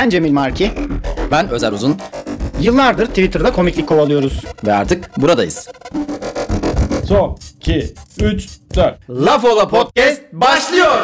Ben Cemil Marki. Ben Özer Uzun. Yıllardır Twitter'da komiklik kovalıyoruz. Ve artık buradayız. Son 2, 3, 4. Laf Ola Podcast başlıyor.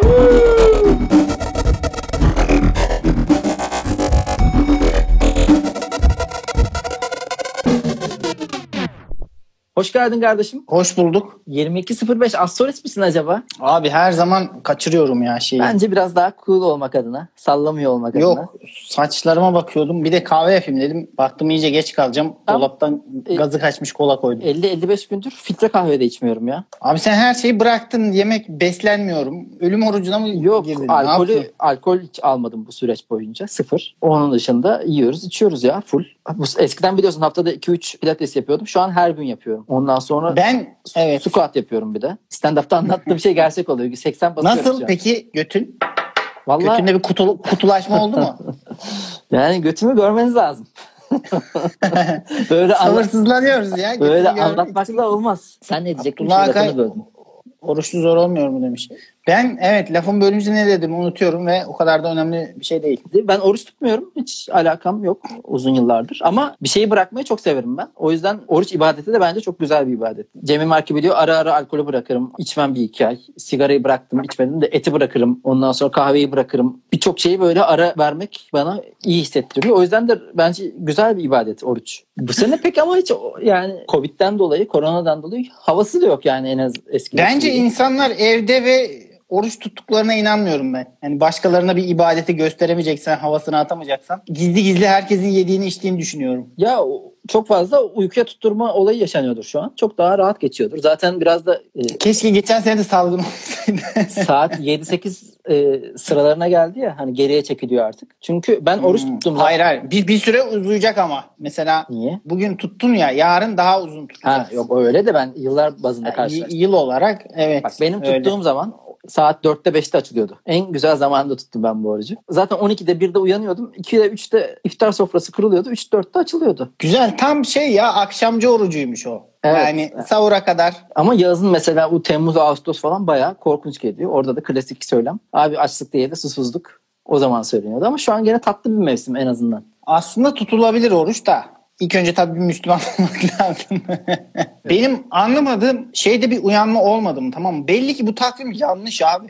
Hoş geldin kardeşim. Hoş bulduk. 22.05 Astoris misin acaba? Abi her zaman kaçırıyorum ya şeyi. Bence biraz daha cool olmak adına. Sallamıyor olmak adına. Yok, saçlarıma bakıyordum. Bir de kahve yapayım dedim. Baktım iyice geç kalacağım. Tamam. Dolaptan gazı kaçmış kola koydum. 50-55 gündür filtre kahve de içmiyorum ya. Abi sen her şeyi bıraktın. Yemek, beslenmiyorum. Ölüm orucuna mı Yok, girdin? Ne yaptın? alkol hiç almadım bu süreç boyunca. Sıfır. Onun dışında yiyoruz, içiyoruz ya full. Eskiden biliyorsun haftada 2-3 pilates yapıyordum. Şu an her gün yapıyorum. Ondan sonra Evet. squat yapıyorum bir de. Stand-up'ta anlattığım şey gerçek oluyor. 80 basıyorum Nasıl şu an. peki götün? Vallahi Götünde bir kutulaşma oldu mu? yani götümü görmeniz lazım. Böyle Sabırsızlanıyoruz ya. Böyle Götünü görmek anlatmakla için. olmaz. Sen ne diyecektin? Abdullah Şimdi lafını Akay- böldüm. Oruçlu zor olmuyor mu demiş. Ben lafın bölümcü ne dedim unutuyorum ve o kadar da önemli bir şey değil. Ben oruç tutmuyorum. Hiç alakam yok uzun yıllardır. Ama bir şeyi bırakmayı çok severim ben. O yüzden oruç ibadeti de bence çok güzel bir ibadet. Cemil Marki biliyor, ara ara alkolü bırakırım. İçmem 1-2 ay. Sigarayı bıraktım, içmedim de eti bırakırım. Ondan sonra kahveyi bırakırım. Birçok şeyi böyle ara vermek bana iyi hissettiriyor. O yüzden de bence güzel bir ibadet oruç. Bu sene pek ama hiç yani Covid'den dolayı, koronadan dolayı havası da yok yani en az eskiden. Bence insanlar evde ve oruç tuttuklarına inanmıyorum ben. Yani başkalarına bir ibadeti gösteremeyeceksen, havasını atamayacaksan gizli gizli herkesin yediğini içtiğini düşünüyorum. Ya çok fazla uykuya tutturma olayı yaşanıyordur şu an. Çok daha rahat geçiyordur. Zaten biraz da Keşke geçen sene de salgın olsaydı. saat 7-8 sıralarına geldi ya, hani geriye çekiliyor artık. Çünkü ben oruç tuttum. Hayır. Bir süre uzayacak ama. Mesela Niye? bugün tuttun ya, yarın daha uzun Ha, tutacaksın. yok öyle de ben yıllar bazında karşılaştım. Yıl olarak evet. Bak benim öyle. tuttuğum zaman saat 4'te 5'te açılıyordu. En güzel zamanında tuttum ben bu orucu. Zaten 12'de 1'de uyanıyordum. 2'de 3'te iftar sofrası kuruluyordu. 3-4'te açılıyordu. Güzel, tam ya, akşamcı orucuymuş o. Evet. Yani sahura kadar. Ama yazın mesela bu Temmuz, Ağustos falan bayağı korkunç geliyor. Orada da klasik söylem. Abi açlık değil de susuzluk. O zaman söyleniyordu ama şu an gene tatlı bir mevsim en azından. Aslında tutulabilir oruç da. İlk önce tabii bir Müslüman olmak lazım. Benim anlamadığım şeyde bir uyanma olmadı mı, tamam mı? Belli ki bu takvim yanlış abi.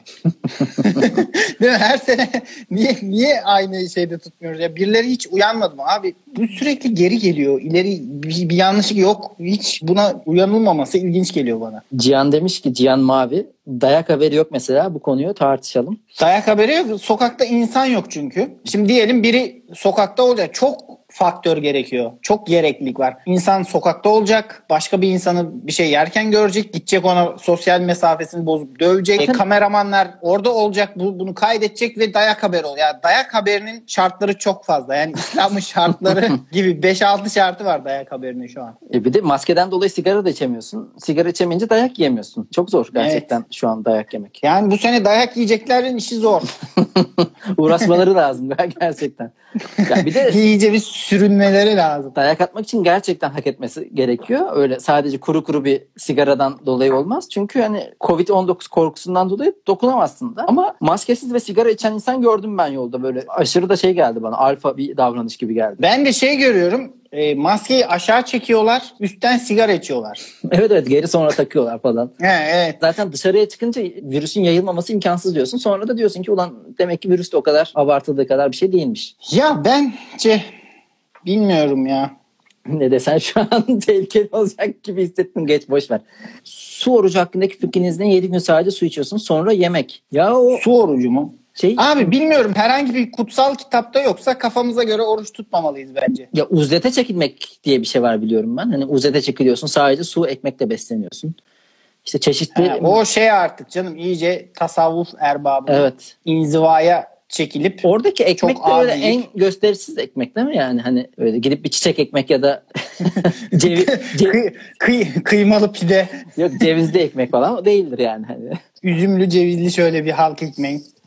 Değil mi? Her sene niye aynı şeyde tutmuyoruz? Ya birileri hiç uyanmadı mı abi? Bu sürekli geri geliyor. İleri bir yanlışlık yok. Hiç buna uyanılmaması ilginç geliyor bana. Cihan demiş ki, Cihan Mavi, dayak haberi yok mesela, bu konuyu tartışalım. Dayak haberi yok. Sokakta insan yok çünkü. Şimdi diyelim biri sokakta olacak. Çok faktör gerekiyor. Çok gereklilik var. İnsan sokakta olacak. Başka bir insanı bir şey yerken görecek. Gidecek, ona sosyal mesafesini bozup dövecek. Kameramanlar orada olacak. Bunu kaydedecek ve dayak haberi oluyor. Yani dayak haberinin şartları çok fazla. Yani İslam'ın şartları gibi 5-6 şartı var dayak haberinin şu an. Bir de maskeden dolayı sigara da içemiyorsun. Sigara içemeyince dayak yiyemiyorsun. Çok zor gerçekten şu an dayak yemek. Yani bu sene dayak yiyeceklerin işi zor. Uğraşmaları lazım gerçekten. Ya bir de İyice bir sürünmeleri lazım. dayak atmak için gerçekten hak etmesi gerekiyor. Öyle sadece kuru bir sigaradan dolayı olmaz. Çünkü hani Covid-19 korkusundan dolayı dokunamazsın da. Ama maskesiz ve sigara içen insan gördüm ben yolda, böyle aşırı da şey geldi bana. Alfa bir davranış gibi geldi. Ben de görüyorum. Maskeyi aşağı çekiyorlar. Üstten sigara içiyorlar. Evet, geri sonra takıyorlar falan. Evet. Zaten dışarıya çıkınca virüsün yayılmaması imkansız diyorsun. Sonra da diyorsun ki ulan demek ki virüs de o kadar abartıldığı kadar bir şey değilmiş. Ya bence bilmiyorum ya. Ne desen şu an tehlikeli olacak gibi hissettim. Geç, boş ver. Su orucu hakkındaki fikriniz ne? 7 gün sadece su içiyorsun, sonra yemek. Ya o Su orucu mu? Abi bilmiyorum, herhangi bir kutsal kitapta yoksa kafamıza göre oruç tutmamalıyız bence. Ya uzlete çekilmek diye bir şey var biliyorum ben. Hani uzlete çekiliyorsun, sadece su ekmekle besleniyorsun. İşte çeşitli... O artık canım iyice tasavvuf erbabı. Evet. İnzivaya çekilip oradaki ekmek de az öyle en gösterişsiz ekmek değil mi yani? Hani öyle gidip bir çiçek ekmek ya da kıymalı pide, yok cevizli ekmek falan o değildir yani. Hani. üzümlü cevizli şöyle bir halk ekmeği.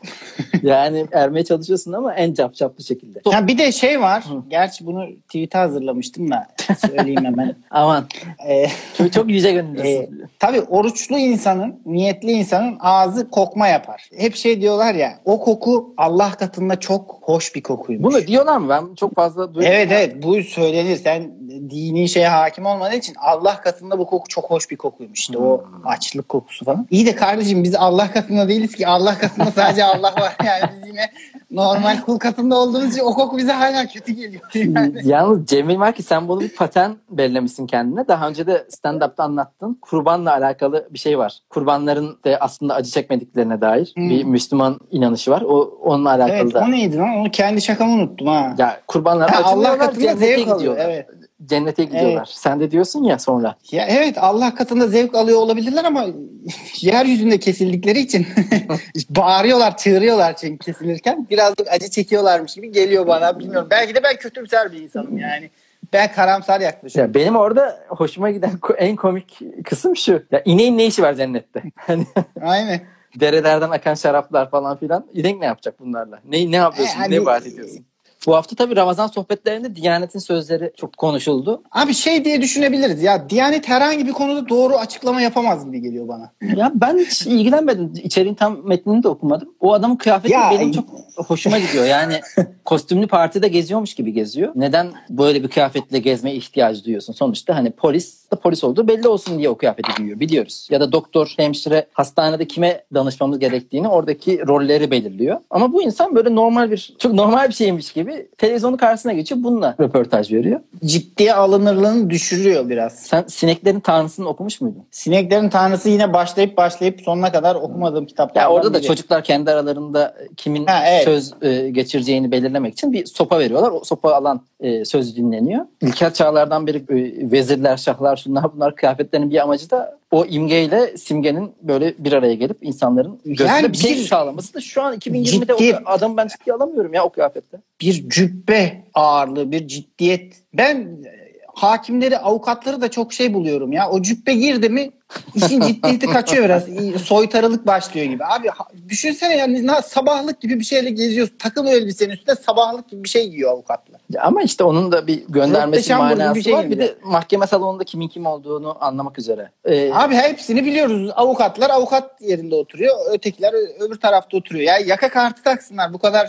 Yani ermeye çalışıyorsun ama en capcaplı şekilde. Ya bir de şey var. Gerçi bunu tweet'e hazırlamıştım da söyleyeyim hemen. Aman. Ee, Çok yüce gönüllüsün. tabii oruçlu insanın, niyetli insanın ağzı kokma yapar. Hep şey diyorlar ya, o koku Allah katında çok hoş bir kokuymuş. Bunu diyorlar mı? Ben çok fazla duydum. Evet bu söylenir. Sen dini şeye hakim olmadığın için Allah katında bu koku çok hoş bir kokuymuş. İşte o açlık kokusu falan. İyi de kardeşim biz Allah katında değiliz ki. Allah katında sadece Allah var. Yani biz yine normal kul katında olduğumuz için o koku bize hala kötü geliyor. Yani. Yalnız Cemil Marki sen bunu bir patern belirlemişsin kendine. Daha önce de stand-up'ta anlattın. Kurbanla alakalı bir şey var. Kurbanların da aslında acı çekmediklerine dair bir Müslüman inanışı var. Onunla alakalı Evet da. o neydi lan? Onu kendi şakamı unuttum ha. Ya kurbanlar Allah acımıyorlar, katında cennete zevk alıyor. gidiyorlar. Evet. Cennete gidiyorlar. Evet. Sen de diyorsun ya sonra. Ya evet Allah katında zevk alıyor olabilirler ama yeryüzünde kesildikleri için bağırıyorlar, çığırıyorlar çünkü kesilirken. Birazcık acı çekiyorlarmış gibi geliyor bana. Bilmiyorum. Belki de ben kötümser bir insanım yani. Ben karamsar yaklaşıyorum. Ya benim orada hoşuma giden en komik kısım şu. Ya ineğin ne işi var cennette? Hani Aynen. derelerden akan şaraplar falan filan. İnek ne yapacak bunlarla? Ne yapıyorsun? Yani- Ne vaat ediyorsun? Bu hafta tabii Ramazan sohbetlerinde Diyanet'in sözleri çok konuşuldu. Abi şey diye düşünebiliriz ya, Diyanet herhangi bir konuda doğru açıklama yapamaz gibi geliyor bana. Ya ben hiç ilgilenmedim. İçeriğin tam metnini de okumadım. O adamın kıyafeti Ya- benim çok hoşuma gidiyor. Yani kostümlü partide geziyormuş gibi geziyor. Neden böyle bir kıyafetle gezmeye ihtiyacı duyuyorsun? Sonuçta hani polis da polis olduğu belli olsun diye o kıyafeti giyiyor. Biliyoruz. Ya da doktor, hemşire hastanede kime danışmamız gerektiğini oradaki rolleri belirliyor. Ama bu insan böyle çok normal bir şeymiş gibi televizyonun karşısına geçiyor. Bununla röportaj veriyor. Ciddiye alınırlığını düşürüyor biraz. Sen Sineklerin Tanrısı'nı okumuş muydun? Sineklerin Tanrısı yine başlayıp sonuna kadar okumadığım kitaplardan Ya orada da biri. çocuklar kendi aralarında kimin Evet. söz geçireceğini belirlemek için bir sopa veriyorlar. O sopa alan söz dinleniyor. İlkel çağlardan beri vezirler, şahlar, şunlar bunlar kıyafetlerinin bir amacı da o imgeyle simgenin böyle bir araya gelip insanların gözünde Yani bir şey bir- sağlaması da şu an 2020'de Ciddi- o adamı ben ciddiye alamıyorum ya o kıyafette. Bir cübbe ağırlığı, bir ciddiyet. Ben hakimleri, avukatları da çok şey buluyorum ya. O cübbe girdi mi işin ciddiyeti kaçıyor biraz. Soytarılık başlıyor gibi. Abi düşünsene yani sabahlık gibi bir şeyle geziyorsun. Takım elbisenin üstünde sabahlık gibi bir şey giyiyor avukatlar. Ama işte onun da bir göndermesi Röpteşambur gibi manası bir şey var. gibi. Bir de mahkeme salonunda kimin kim olduğunu anlamak üzere. Abi hepsini biliyoruz. Avukatlar avukat yerinde oturuyor. Ötekiler öbür tarafta oturuyor. Ya yaka kartı taksınlar. Bu kadar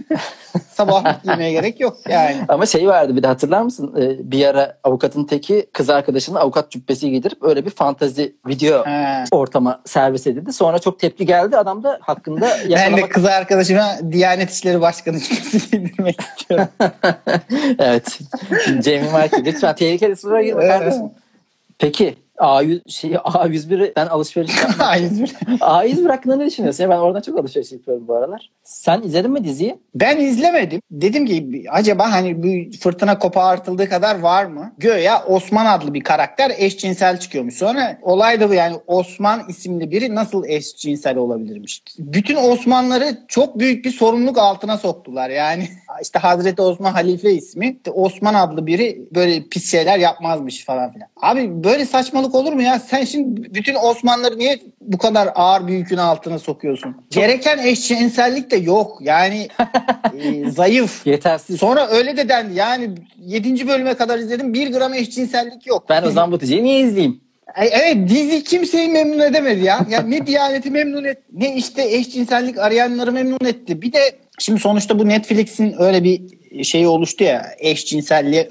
sabahlık giymeye gerek yok yani. Ama şey vardı bir de hatırlar mısın? Bir ara avukatın teki kız arkadaşının avukat cübbesi giydirip öyle bir fantazi video He. ortama servis edildi. Sonra çok tepki geldi. Adam da hakkında Ben de yakalamak... kız arkadaşıma Diyanet İşleri Başkanı cübbesi giydirmek istiyorum. Evet. Cemil Marki. Lütfen tehlikeli sıraya girme kardeşim. Peki A101'den alışveriş yapmak. A101 hakkında ne düşünüyorsun? Ya ben oradan çok alışveriş yapıyorum bu aralar. Sen izledin mi diziyi? Ben izlemedim. Dedim ki acaba hani bu fırtına kopartıldığı kadar var mı? Göya Osman adlı bir karakter eşcinsel çıkıyormuş. Sonra olay da bu yani, Osman isimli biri nasıl eşcinsel olabilirmiş? Bütün Osmanlıları çok büyük bir sorumluluk altına soktular. Yani işte Hazreti Osman Halife ismi. Osman adlı biri böyle pis şeyler yapmazmış falan filan. Abi böyle saçmalık olur mu ya? Sen şimdi bütün Osmanlıları niye bu kadar ağır bir yükün altına sokuyorsun? Gereken eşcinsellik de yok. Yani zayıf. Yetersiz. Sonra öyle de dendi. Yani 7. bölüme kadar izledim. 1 gram eşcinsellik yok. Ben o zaman bu diziyi niye izleyeyim? Evet, dizi kimseyi memnun edemedi ya. Yani ne Diyanet'i memnun etti, ne işte eşcinsellik arayanları memnun etti. Bir de şimdi sonuçta bu Netflix'in öyle bir şeyi oluştu ya, eşcinselliğe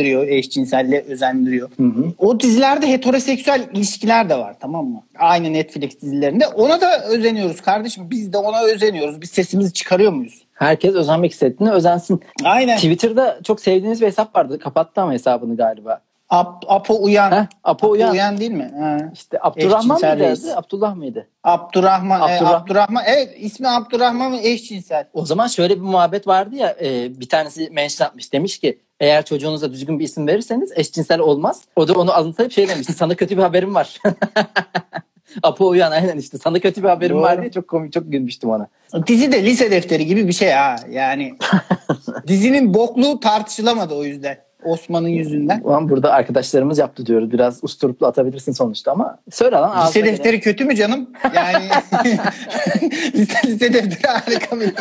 özendiriyor. O dizilerde heteroseksüel ilişkiler de var, tamam mı? Aynı Netflix dizilerinde. Ona da özeniyoruz kardeşim. Biz de ona özeniyoruz. Biz sesimizi çıkarıyor muyuz? Herkes özenmek istediğine özensin. Aynen. Twitter'da çok sevdiğiniz bir hesap vardı. Kapattı ama hesabını galiba. Apo Uyan. Heh, Apo Uyan. Değil mi? Ha. İşte Abdurrahman Eşcinsel mıydı reis. adı? Abdullah mıydı? Abdurrahman. Evet, ismi Abdurrahman ve eşcinsel. O zaman şöyle bir muhabbet vardı ya, bir tanesi mention atmış, demiş ki eğer çocuğunuza düzgün bir isim verirseniz eşcinsel olmaz. O da onu alıntayıp şey demiş, sana kötü bir haberim var. Apo Uyan aynen işte, sana kötü bir haberim Doğru. var diye çok komik, çok gülmüştüm ona. Dizi de lise defteri gibi bir şey ha. Yani dizinin bokluğu tartışılamadı o yüzden. Osman'ın yüzünden. Ulan burada arkadaşlarımız yaptı diyoruz. Biraz usturuplu atabilirsin sonuçta ama söyle lan. Lise defteri kötü mü canım? Yani lise defteri harika bir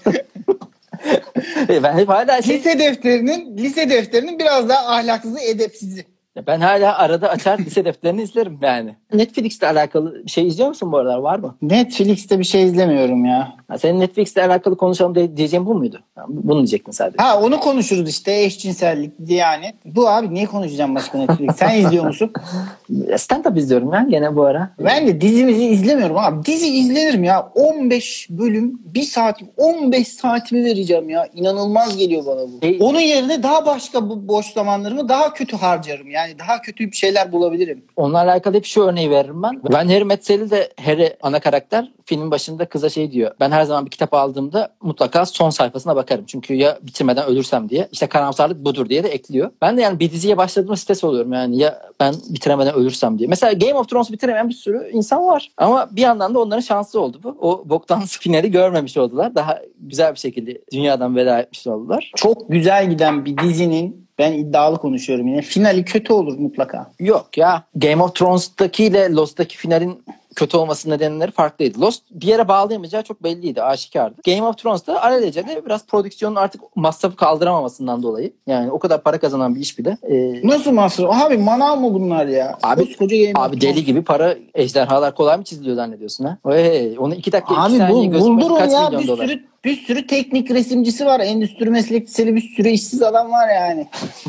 ben hep hala lise defterinin biraz daha ahlaksızı, edepsizi. Ben hala arada açar lise defterini izlerim yani. Netflix'le alakalı bir şey izliyor musun bu aralar, var mı? Netflix'te bir şey izlemiyorum ya. Senin Netflix'le alakalı konuşalım diyeceğim bu muydu? Bunu diyecektin sadece. Ha, onu konuşuruz işte, eşcinsellik, diyanet. Bu abi, niye konuşacağım başka Netflix? Sen izliyor musun? Stand-up izliyorum ben gene bu ara. Ben de dizimizi izlemiyorum abi. Dizi izlenir mi ya? 15 bölüm 1 saat, 15 saatimi vereceğim ya. İnanılmaz geliyor bana bu. Onun yerine daha başka bu boş zamanlarımı daha kötü harcarım. Yani daha kötü bir şeyler bulabilirim. Onunla alakalı hep şu örneği veririm ben. Ben Harry Met Sal'i de, Harry ana karakter filmin başında kıza şey diyor. Ben her zaman bir kitap aldığımda mutlaka son sayfasına bakarım. Çünkü ya bitirmeden ölürsem diye. İşte karamsarlık budur diye de ekliyor. Ben de yani bir diziye başladığımda stres oluyorum. Yani ya ben bitiremeden ölürsem diye. Mesela Game of Thrones'u bitiremeyen bir sürü insan var. Ama bir yandan da onların şansı oldu bu. O boktan finali görmemiş oldular. Daha güzel bir şekilde dünyadan veda etmiş oldular. Çok güzel giden bir dizinin, ben iddialı konuşuyorum yine, finali kötü olur mutlaka. Yok ya. Game of Thrones'taki ile Lost'taki finalin kötü olmasının nedenleri farklıydı. Lost bir yere bağlayamayacağı çok belliydi, aşikardı. Game of Thrones'ta alelacele biraz prodüksiyonun artık masrafı kaldıramamasından dolayı. Yani o kadar para kazanan bir iş bile. Nasıl masraf? Abi manav mı bunlar ya? Abi deli gibi para, ejderhalar kolay mı çiziliyor zannediyorsun ha? Onu 2 dakika 2 abi saniye buldurun kaç ya, milyon dolar? Bir sürü teknik resimcisi var. Endüstri meslekçisi, bir sürü işsiz adam var yani.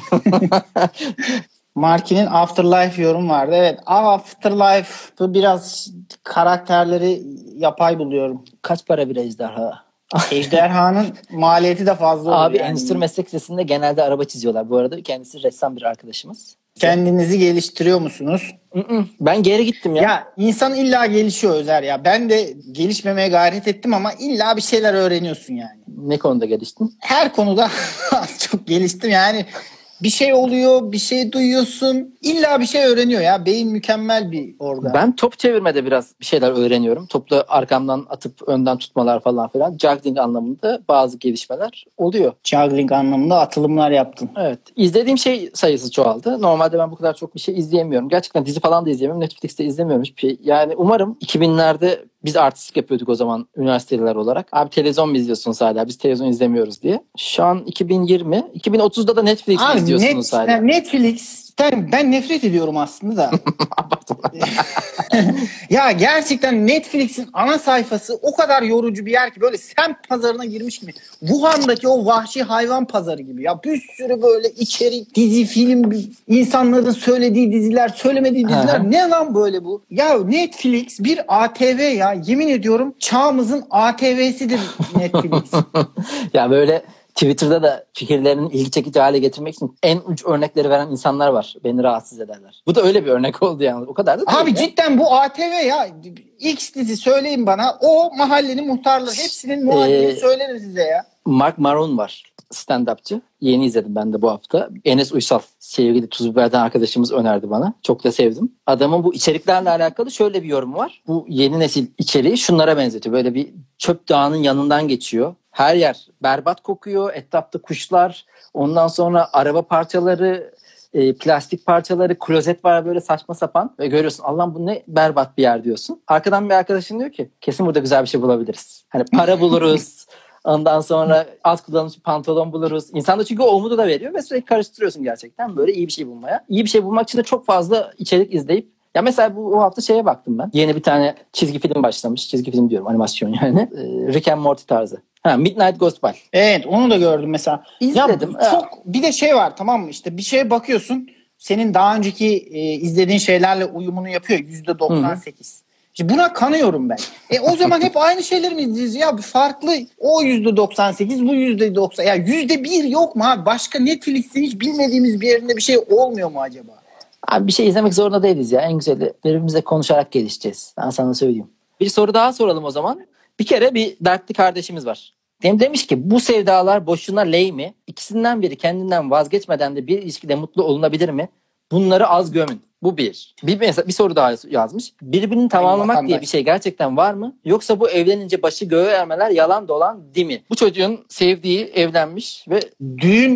Marki'nin Afterlife yorum vardı. Evet, Afterlife'ı biraz karakterleri yapay buluyorum. Kaç para bir ejderha? Ejderhanın maliyeti de fazla oluyor. Abi yani. Endüstri meslek lisesinde genelde araba çiziyorlar. Bu arada kendisi ressam bir arkadaşımız. Kendinizi geliştiriyor musunuz? Ben geri gittim ya. Ya insan illa gelişiyor Özer ya. Ben de gelişmemeye gayret ettim ama illa bir şeyler öğreniyorsun yani. Ne konuda geliştin? Her konuda az çok geliştim yani. Bir şey oluyor, bir şey duyuyorsun. İlla bir şey öğreniyor ya. Beyin mükemmel bir organ. Ben top çevirmede biraz bir şeyler öğreniyorum. Topla arkamdan atıp önden tutmalar falan filan. Juggling anlamında bazı gelişmeler oluyor. Juggling anlamında atılımlar yaptın. Evet. İzlediğim şey sayısı çoğaldı. Normalde ben bu kadar çok bir şey izleyemiyorum. Gerçekten dizi falan da izleyemiyorum. Netflix'te izlemiyorum hiçbir şey. Yani umarım 2000'lerde biz artistlik yapıyorduk o zaman üniversiteliler olarak. Abi televizyon mu izliyorsunuz hala? Biz televizyon izlemiyoruz diye. Şu an 2020. 2030'da da Netflix izliyorsunuz hala. Netflix. Ben nefret ediyorum aslında da. Ya gerçekten Netflix'in ana sayfası o kadar yorucu bir yer ki, böyle semt pazarına girmiş gibi. Wuhan'daki o vahşi hayvan pazarı gibi. Ya bir sürü böyle içerik, dizi, film, insanların söylediği diziler, söylemediği diziler. Ne lan böyle bu? Ya Netflix bir ATV ya. Yemin ediyorum çağımızın ATV'sidir Netflix. Ya böyle Twitter'da da fikirlerinin ilgi çekici hale getirmek için en uç örnekleri veren insanlar var. Beni rahatsız ederler. Bu da öyle bir örnek oldu yani. O kadar da değil. Abi cidden bu ATV ya. X dizi söyleyin bana. O mahallenin muhtarları. Hepsinin muhabbetini söylerim size ya. Mark Maron var. Stand-upçı. Yeni izledim ben de bu hafta. Enes Uysal, sevgili Tuz Biber'den arkadaşımız önerdi bana. Çok da sevdim. Adamın bu içeriklerle alakalı şöyle bir yorum var. Bu yeni nesil içeriği şunlara benzetiyor. Böyle bir çöp dağının yanından geçiyor. Her yer berbat kokuyor. Etrafta kuşlar. Ondan sonra araba parçaları, plastik parçaları, klozet var böyle saçma sapan. Ve görüyorsun Allah'ım bu ne berbat bir yer diyorsun. Arkadan bir arkadaşın diyor ki kesin burada güzel bir şey bulabiliriz. Hani para buluruz. Ondan sonra az kullanılmış pantolon buluruz. İnsan da çünkü o umudu da veriyor ve sürekli karıştırıyorsun gerçekten böyle iyi bir şey bulmaya. İyi bir şey bulmak için de çok fazla içerik izleyip, ya mesela bu hafta şeye baktım ben. Yeni bir tane çizgi film başlamış. Çizgi film diyorum, animasyon yani. Rick and Morty tarzı. Midnight Gospel. Evet, onu da gördüm mesela. İzledim. Ya çok bir de şey var, tamam mı? İşte bir şeye bakıyorsun. Senin daha önceki izlediğin şeylerle uyumunu yapıyor %98. İşte buna kanıyorum ben. O zaman hep aynı şeyleri mi izleyeceğiz ya? Farklı, o %98, bu %90. Ya %1 yok mu abi? Başka Netflix'in hiç bilmediğimiz bir yerinde bir şey olmuyor mu acaba? Abi bir şey izlemek zorunda değiliz ya. En güzeli birbirimizle konuşarak gelişeceğiz. Ben sana söyleyeyim. Bir soru daha soralım o zaman. Bir kere bir dertli kardeşimiz var. Demiş ki bu sevdalar boşuna ley mi? İkisinden biri kendinden vazgeçmeden de bir ilişkide mutlu olunabilir mi? Bunları az gömün. Bu bir. Bir soru daha yazmış. Birbirini tamamlamak diye bir şey gerçekten var mı? Yoksa bu evlenince başı göğe ermeler yalan dolan değil mi? Bu çocuğun sevdiği evlenmiş ve düğün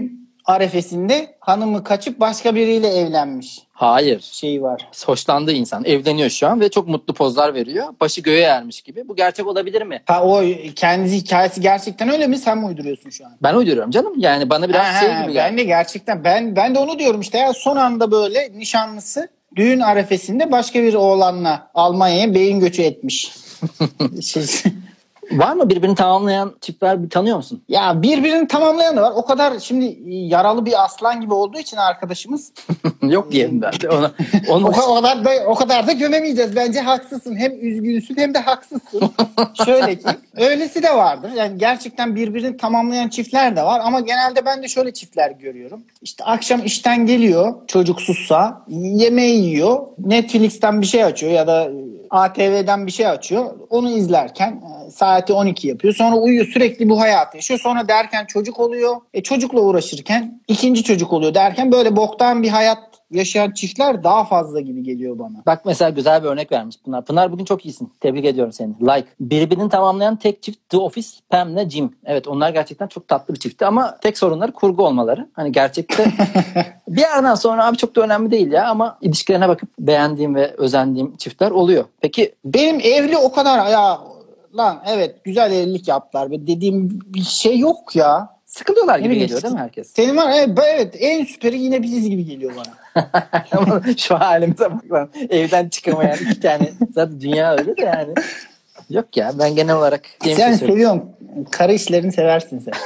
arefesinde hanımı kaçıp başka biriyle evlenmiş Hayır. şeyi var. Hoşlandığı insan evleniyor şu an ve çok mutlu pozlar veriyor. Başı göğe ermiş gibi. Bu gerçek olabilir mi? Ha, o kendisi hikayesi gerçekten öyle mi? Sen mi uyduruyorsun şu an? Ben uyduruyorum canım. Yani bana biraz Ha, şey gibi geldi. ben de gerçekten ben de onu diyorum işte ya, son anda böyle nişanlısı düğün arefesinde başka bir oğlanla Almanya'ya beyin göçü etmiş. Şey, Var mı birbirini tamamlayan çiftler, bir tanıyor musun? ya birbirini tamamlayan da var. O kadar şimdi yaralı bir aslan gibi olduğu için arkadaşımız Yok diyelim ben de ona. o kadar da gömemeyeceğiz. Bence haksızsın. Hem üzgünsün hem de haksızsın. Şöyle ki öylesi de vardır. Yani gerçekten birbirini tamamlayan çiftler de var ama genelde ben de şöyle çiftler görüyorum. İşte akşam işten geliyor, çocuksuzsa yemeği yiyor, Netflix'ten bir şey açıyor ya da ATV'den bir şey açıyor. Onu izlerken saati 12 yapıyor. Sonra uyuyor, sürekli bu hayatı yaşıyor. Sonra derken çocuk oluyor. Çocukla uğraşırken ikinci çocuk oluyor derken böyle boktan bir hayat yaşayan çiftler daha fazla gibi geliyor bana. Bak mesela güzel bir örnek vermiş Pınar. Pınar bugün çok iyisin. Tebrik ediyorum seni. Like. Birbirini tamamlayan tek çift The Office, Pam'le Jim. Evet, onlar gerçekten çok tatlı bir çiftti ama tek sorunları kurgu olmaları. Hani gerçekte bir yerden sonra abi çok da önemli değil ya, ama ilişkilerine bakıp beğendiğim ve özendiğim çiftler oluyor. Peki Benim evli o kadar ya lan, evet güzel evlilik yaptılar ve dediğim bir şey yok ya. sıkılıyorlar gibi bileyim, geliyor değil mi herkes? Senin var evet en süperi yine biziz gibi geliyor bana. Ama şu halimize bak lan. Evden çıkamayan iki tane. Zaten dünya öyle de yani. Yok ya, ben genel olarak... Sen seviyorsun. Karı işlerini seversin sen.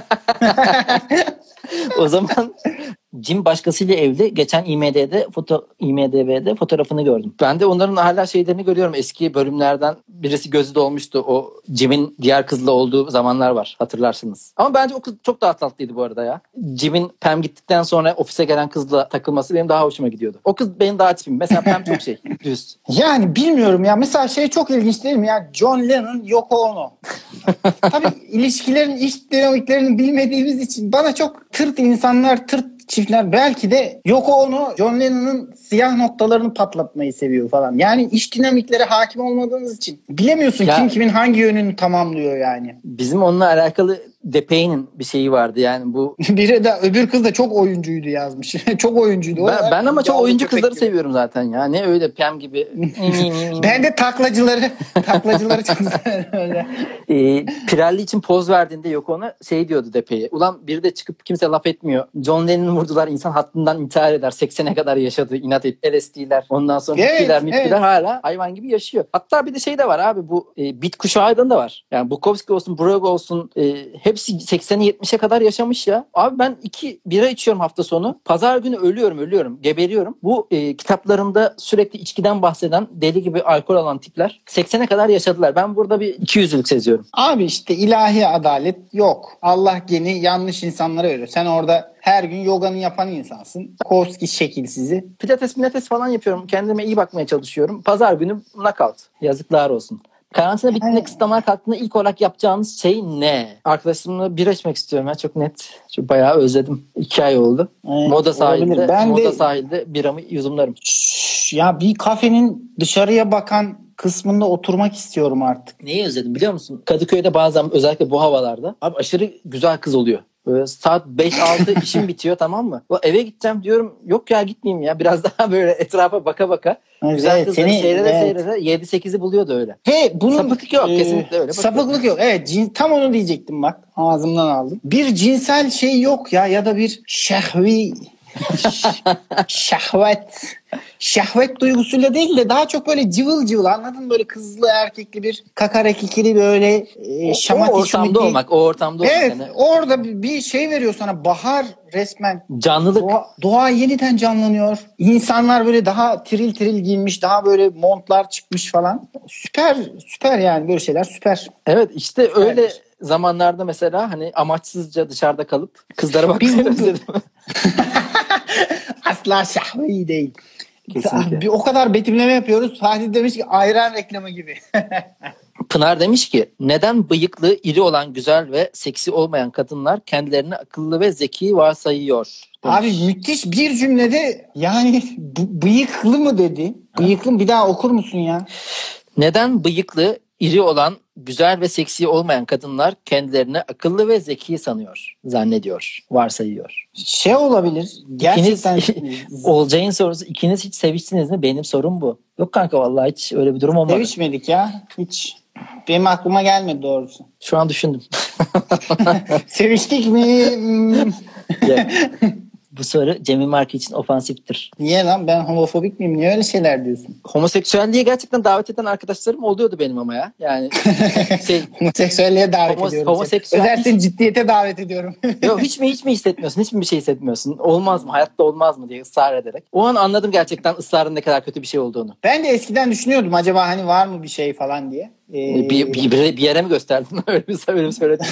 O zaman Jim başkasıyla evli. Geçen IMDb'de fotoğrafını gördüm. Ben de onların hala şeylerini görüyorum. Eski bölümlerden birisi gözü dolmuştu. O Jim'in diğer kızla olduğu zamanlar var. Hatırlarsınız. Ama bence o kız çok daha tatlıydı bu arada ya. Jim'in Pam gittikten sonra ofise gelen kızla takılması benim daha hoşuma gidiyordu. O kız benim daha tipim. Mesela Pam çok düz. Yani bilmiyorum ya. Mesela şey çok ilginç değil mi ya? John Lennon, Yoko Ono. Tabii ilişkilerin iç dinamiklerini bilmediğimiz için bana çok tırt insanlar, tırt çiftler, belki de Yoko Ono John Lennon'ın siyah noktalarını patlatmayı seviyor falan. Yani iç dinamiklere hakim olmadığınız için bilemiyorsun kim kimin hangi yönünü tamamlıyor yani. Bizim onunla alakalı Depey'nin bir şeyi vardı yani bu. Biri de öbür kız da çok oyuncuydu yazmış. Çok oyuncuydu. Ben ama çok oyuncu kızları seviyorum zaten ya. Ne öyle Pam gibi. Ben de taklacıları çok severim. Pirelli için poz verdiğinde Yoko ona şey diyordu Depey'e. Ulan biri de çıkıp kimse laf etmiyor. John Lennon'u vurdular, insan hattından intihar eder. 80'e kadar yaşadı. İnat et. LSD'ler. Ondan sonra mitkiler hala hayvan gibi yaşıyor. Hatta bir de şey de var abi, bu Beat kuşağıdan da var. Yani Bukowski olsun, Brog olsun hepsi 80'e 70'e kadar yaşamış ya. Abi ben 2 bira içiyorum hafta sonu. Pazar günü ölüyorum. Geberiyorum. Bu kitaplarında sürekli içkiden bahseden, deli gibi alkol alan tipler 80'e kadar yaşadılar. Ben burada bir 200'lük seziyorum. Abi işte ilahi adalet yok. Allah geni yanlış insanlara veriyor. Sen orada her gün yoganı yapan insansın. Kovski şekilsizi. Pilates falan yapıyorum. Kendime iyi bakmaya çalışıyorum. Pazar günü knockout. Yazıklar olsun. Karantina bittiğinde, kısıtlamalar kalktığında ilk olarak yapacağınız şey ne? Arkadaşlarımla bira içmek istiyorum ya, çok net. Çok bayağı özledim. 2 ay oldu. Evet, Moda sahilde. Sahilde biramı yudumlarım. Ya bir kafenin dışarıya bakan kısmında oturmak istiyorum artık. Neyi özledim biliyor musun? Kadıköy'de bazen, özellikle bu havalarda abi, aşırı güzel kız oluyor. Böyle saat 5-6 işim bitiyor, tamam mı? Eve gideceğim diyorum. Yok ya, gitmeyeyim ya. Biraz daha böyle etrafa baka baka. Evet, güzel kızları seyrede 7-8'i buluyordu öyle. Ve bunun sapıklık yok, kesinlikle öyle. Sapıklık yok. Evet, tam onu diyecektim bak. Ağzımdan aldım. Bir cinsel şey yok ya da bir şehvet duygusuyla değil de daha çok böyle cıvıl cıvıl, anladın mı? Böyle kızlı erkekli bir kakara kikiri böyle şamati. O ortamda olmak. Evet, yani. orada bir şey veriyor sana, bahar resmen. Canlılık. Doğa yeniden canlanıyor. İnsanlar böyle daha tiril tiril giyinmiş, daha böyle montlar çıkmış falan. Süper yani, böyle şeyler süper. Evet, işte öyle zamanlarda mesela hani amaçsızca dışarıda kalıp kızlara bakmayı özledim. Asla şahvi değil. Kesinlikle. O kadar betimleme yapıyoruz. Fatih demiş ki ayran reklamı gibi. Pınar demiş ki, neden bıyıklı, iri olan, güzel ve seksi olmayan kadınlar kendilerini akıllı ve zeki varsayıyor? Demiş. Abi müthiş bir cümlede, yani bıyıklı mı dedi? Bıyıklı mı? Bir daha okur musun ya? Neden bıyıklı, iri olan, güzel ve seksi olmayan kadınlar kendilerini akıllı ve zeki zannediyor, varsayıyor. Şey olabilir. Gerçekten Olcay'ın sorusu, ikiniz hiç seviştiniz mi? Benim sorum bu. Yok kanka, vallahi hiç öyle bir durum olmadı. sevişmedik ya. Hiç. Benim aklıma gelmedi doğrusu. Şu an düşündüm. Seviştik mi? Bu soru Cemil Marki için ofansiftir. Niye lan? Ben homofobik miyim? Niye öyle şeyler diyorsun? Homoseksüelliğe gerçekten davet eden arkadaşlarım oluyordu benim ama ya. Yani Homoseksüelliğe davet ediyorum. Özellikle ciddiyete davet ediyorum. Yok, hiç mi hissetmiyorsun? Hiç mi bir şey hissetmiyorsun? Olmaz mı? Hayatta olmaz mı diye ısrar ederek. O an anladım gerçekten ısrarın ne kadar kötü bir şey olduğunu. Ben de eskiden düşünüyordum acaba hani var mı bir şey falan diye. Bir yere mi gösterdin? öyle bir söyledin.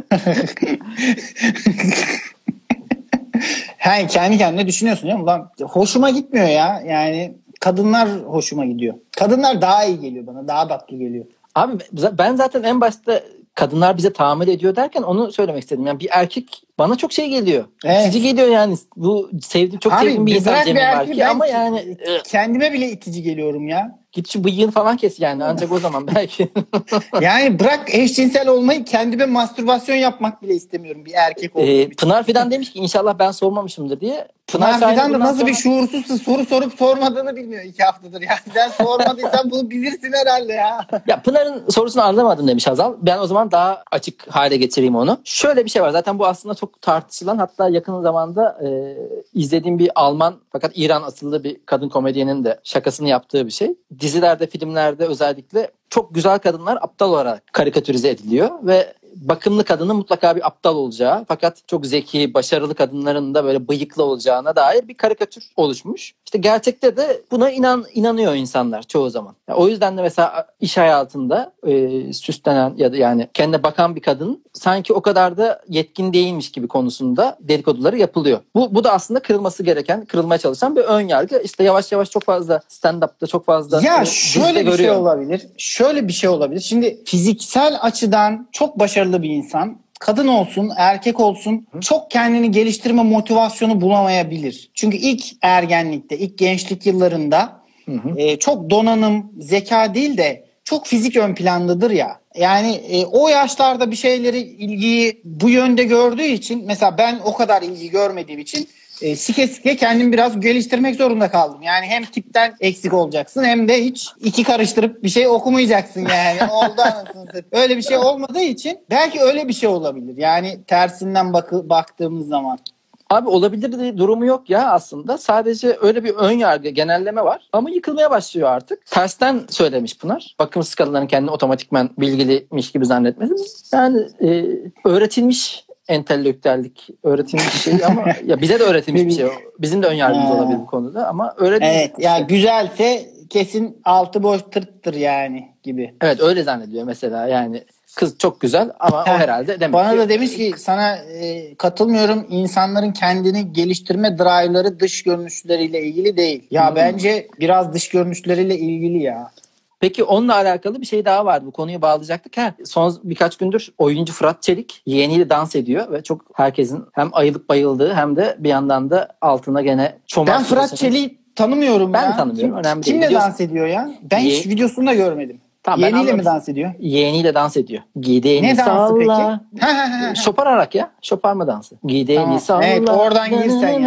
He, kendi kendine düşünüyorsun ya. Ulan hoşuma gitmiyor ya. Yani kadınlar hoşuma gidiyor. Kadınlar daha iyi geliyor bana. Daha tatlı geliyor. Abi ben zaten en başta kadınlar bize tahammül ediyor derken onu söylemek istedim. Yani bir erkek bana çok şey geliyor. Evet. İtici geliyor yani. Bu sevdiğim bir insan Cemil Marki ama yani kendime bile itici geliyorum ya. Git şu bıyığını falan kes yani, ancak o zaman belki. Yani bırak eşcinsel olmayı, kendime mastürbasyon yapmak bile istemiyorum bir erkek olduğum için. Pınar Fidan demiş ki inşallah ben sormamışımdır diye. Pınar Fidan da nasıl bir şuursuzsa soru sorup sormadığını bilmiyor 2 haftadır ya. Sen sormadıysan bunu bilirsin herhalde ya. Ya Pınar'ın sorusunu anlamadım demiş Hazal. Ben o zaman daha açık hale getireyim onu. Şöyle bir şey var. Zaten bu aslında çok tartışılan, hatta yakın zamanda izlediğim bir Alman fakat İran asıllı bir kadın komedyenin de şakasını yaptığı bir şey. Dizilerde, filmlerde özellikle çok güzel kadınlar aptal olarak karikatürize ediliyor ve bakımlı kadının mutlaka bir aptal olacağı fakat çok zeki, başarılı kadınların da böyle bıyıklı olacağına dair bir karikatür oluşmuş. İşte gerçekte de buna inanıyor insanlar çoğu zaman. Yani o yüzden de mesela iş hayatında süslenen ya da yani kendine bakan bir kadın sanki o kadar da yetkin değilmiş gibi konusunda dedikoduları yapılıyor. Bu da aslında kırılmaya çalışan bir ön yargı. İşte yavaş yavaş çok fazla stand-up'ta çok fazla ya şöyle bir şey olabilir. Şöyle bir şey olabilir. Şimdi fiziksel açıdan çok başarılı bir insan, kadın olsun, erkek olsun, çok kendini geliştirme motivasyonu bulamayabilir. Çünkü ilk ergenlikte, ilk gençlik yıllarında çok donanım, zeka değil de çok fizik ön plandadır ya. Yani o yaşlarda bir şeyleri, ilgiyi bu yönde gördüğü için, mesela ben o kadar ilgi görmediğim için sike kendimi biraz geliştirmek zorunda kaldım. Yani hem tipten eksik olacaksın hem de hiç iki karıştırıp bir şey okumayacaksın yani. Oldu anasını. Öyle bir şey olmadığı için belki öyle bir şey olabilir. Yani tersinden baktığımız zaman. Abi olabilir durumu yok ya aslında. Sadece öyle bir ön yargı, genelleme var. Ama yıkılmaya başlıyor artık. Tersten söylemiş Pınar. Bakımsız kadınların kendini otomatikman bilgiliymiş gibi zannetmesi. Yani öğretilmiş entelektüellik, öğretilmiş bir şey ama ya bize de öğretilmiş bir şey. Bizim de ön yargımız olabilir bu konuda ama öyle değil. Evet ya yani güzelse kesin altı boş tırttır yani gibi. Evet öyle zannediyor mesela yani. Kız çok güzel ama o herhalde demek bana ki. Da demiş ki sana katılmıyorum. İnsanların kendini geliştirme drive'ları dış görünüşleriyle ilgili değil. Ya bence biraz dış görünüşleriyle ilgili ya. Peki onunla alakalı bir şey daha vardı. Bu konuyu bağlayacaktık. Son birkaç gündür oyuncu Fırat Çelik yeğeniyle dans ediyor ve çok herkesin hem ayılıp bayıldığı hem de bir yandan da altına gene çomar. Ben Fırat Çelik'i tanımıyorum ben ya. Ben tanımıyorum. Önemli değil. Kimle dans ediyor ya? Ben hiç videosunu da görmedim. Tamam, yeğeniyle mi dans ediyor? Yeğeniyle dans ediyor. Gideğini salla. Peki? Şopararak ya. Şoparma dansı. Gideğini salla. Evet oradan girsen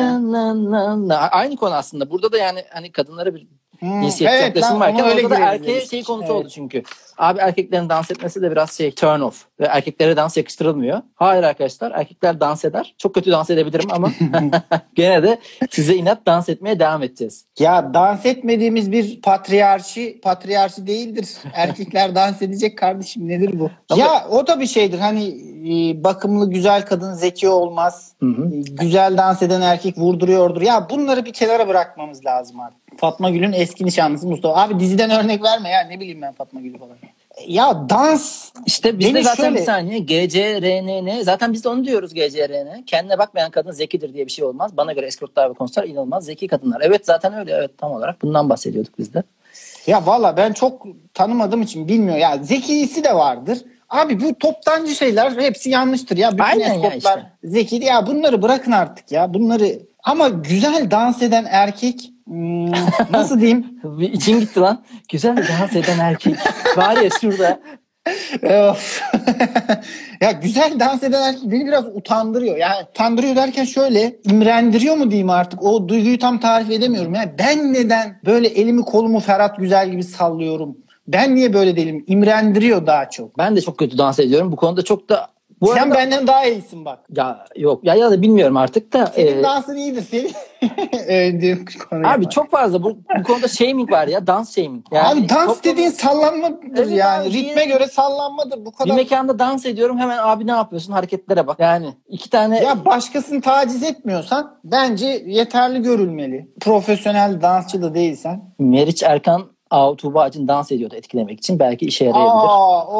ya. Aynı konu aslında. Burada da yani hani kadınlara bir cinsiyet yaklaşım varken orada da erkeğe konusu oldu çünkü. Abi erkeklerin dans etmesi de biraz turn off. Ve erkeklere dans yakıştırılmıyor. Hayır arkadaşlar, erkekler dans eder. Çok kötü dans edebilirim ama gene de size inat dans etmeye devam edeceğiz. Ya dans etmediğimiz bir patriarşi değildir. Erkekler dans edecek kardeşim, nedir bu? Ama ya o da bir şeydir. Hani bakımlı güzel kadın zeki olmaz. Güzel dans eden erkek vurduruyordur. Ya bunları bir kenara bırakmamız lazım artık. Fatma Gül'ün eski nişanlısı Mustafa. Abi diziden örnek verme ya. Ne bileyim ben Fatma Gül'ü falan. Ya dans. İşte bizde zaten bir saniye. GCRNN. Zaten biz de onu diyoruz GCRN. Kendine bakmayan kadın zekidir diye bir şey olmaz. Bana göre eskortlar ve konser inanılmaz zeki kadınlar. Evet zaten öyle. Evet tam olarak. Bundan bahsediyorduk biz de. Ya valla ben çok tanımadığım için bilmiyorum. Ya zekisi de vardır. Abi bu toptancı şeyler hepsi yanlıştır ya. Bütün eskortlar işte zeki. Ya bunları bırakın artık ya. Bunları ama güzel dans eden erkek Nasıl diyeyim? Bir İçin gitti lan. Güzel dans eden erkek. Var ya şurada. Of. Ya güzel dans eden erkek beni biraz utandırıyor. Yani utandırıyor derken şöyle, imrendiriyor mu diyeyim artık. O duyguyu tam tarif edemiyorum. Yani ben neden böyle elimi kolumu Ferhat Güzel gibi sallıyorum? Ben niye böyle değilim? İmrendiriyor daha çok. Ben de çok kötü dans ediyorum. Bu konuda çok da... Sen arada... benden daha iyisin bak. Ya yok ya da bilmiyorum artık da. Senin dansın iyidir. Senin abi çok fazla bu konuda shaming var ya, dans shaming. Yani abi dans dediğin sallanmadır evet, yani. abi, Ritme göre sallanmadır. Bu kadar. Bir mekanda dans ediyorum, hemen abi ne yapıyorsun, hareketlere bak. Yani iki tane. Ya başkasını taciz etmiyorsan bence yeterli görülmeli. Profesyonel dansçı da değilsen. Meriç Erkan Tuğba Acın dans ediyordu etkilemek için. Belki işe yarayabilir.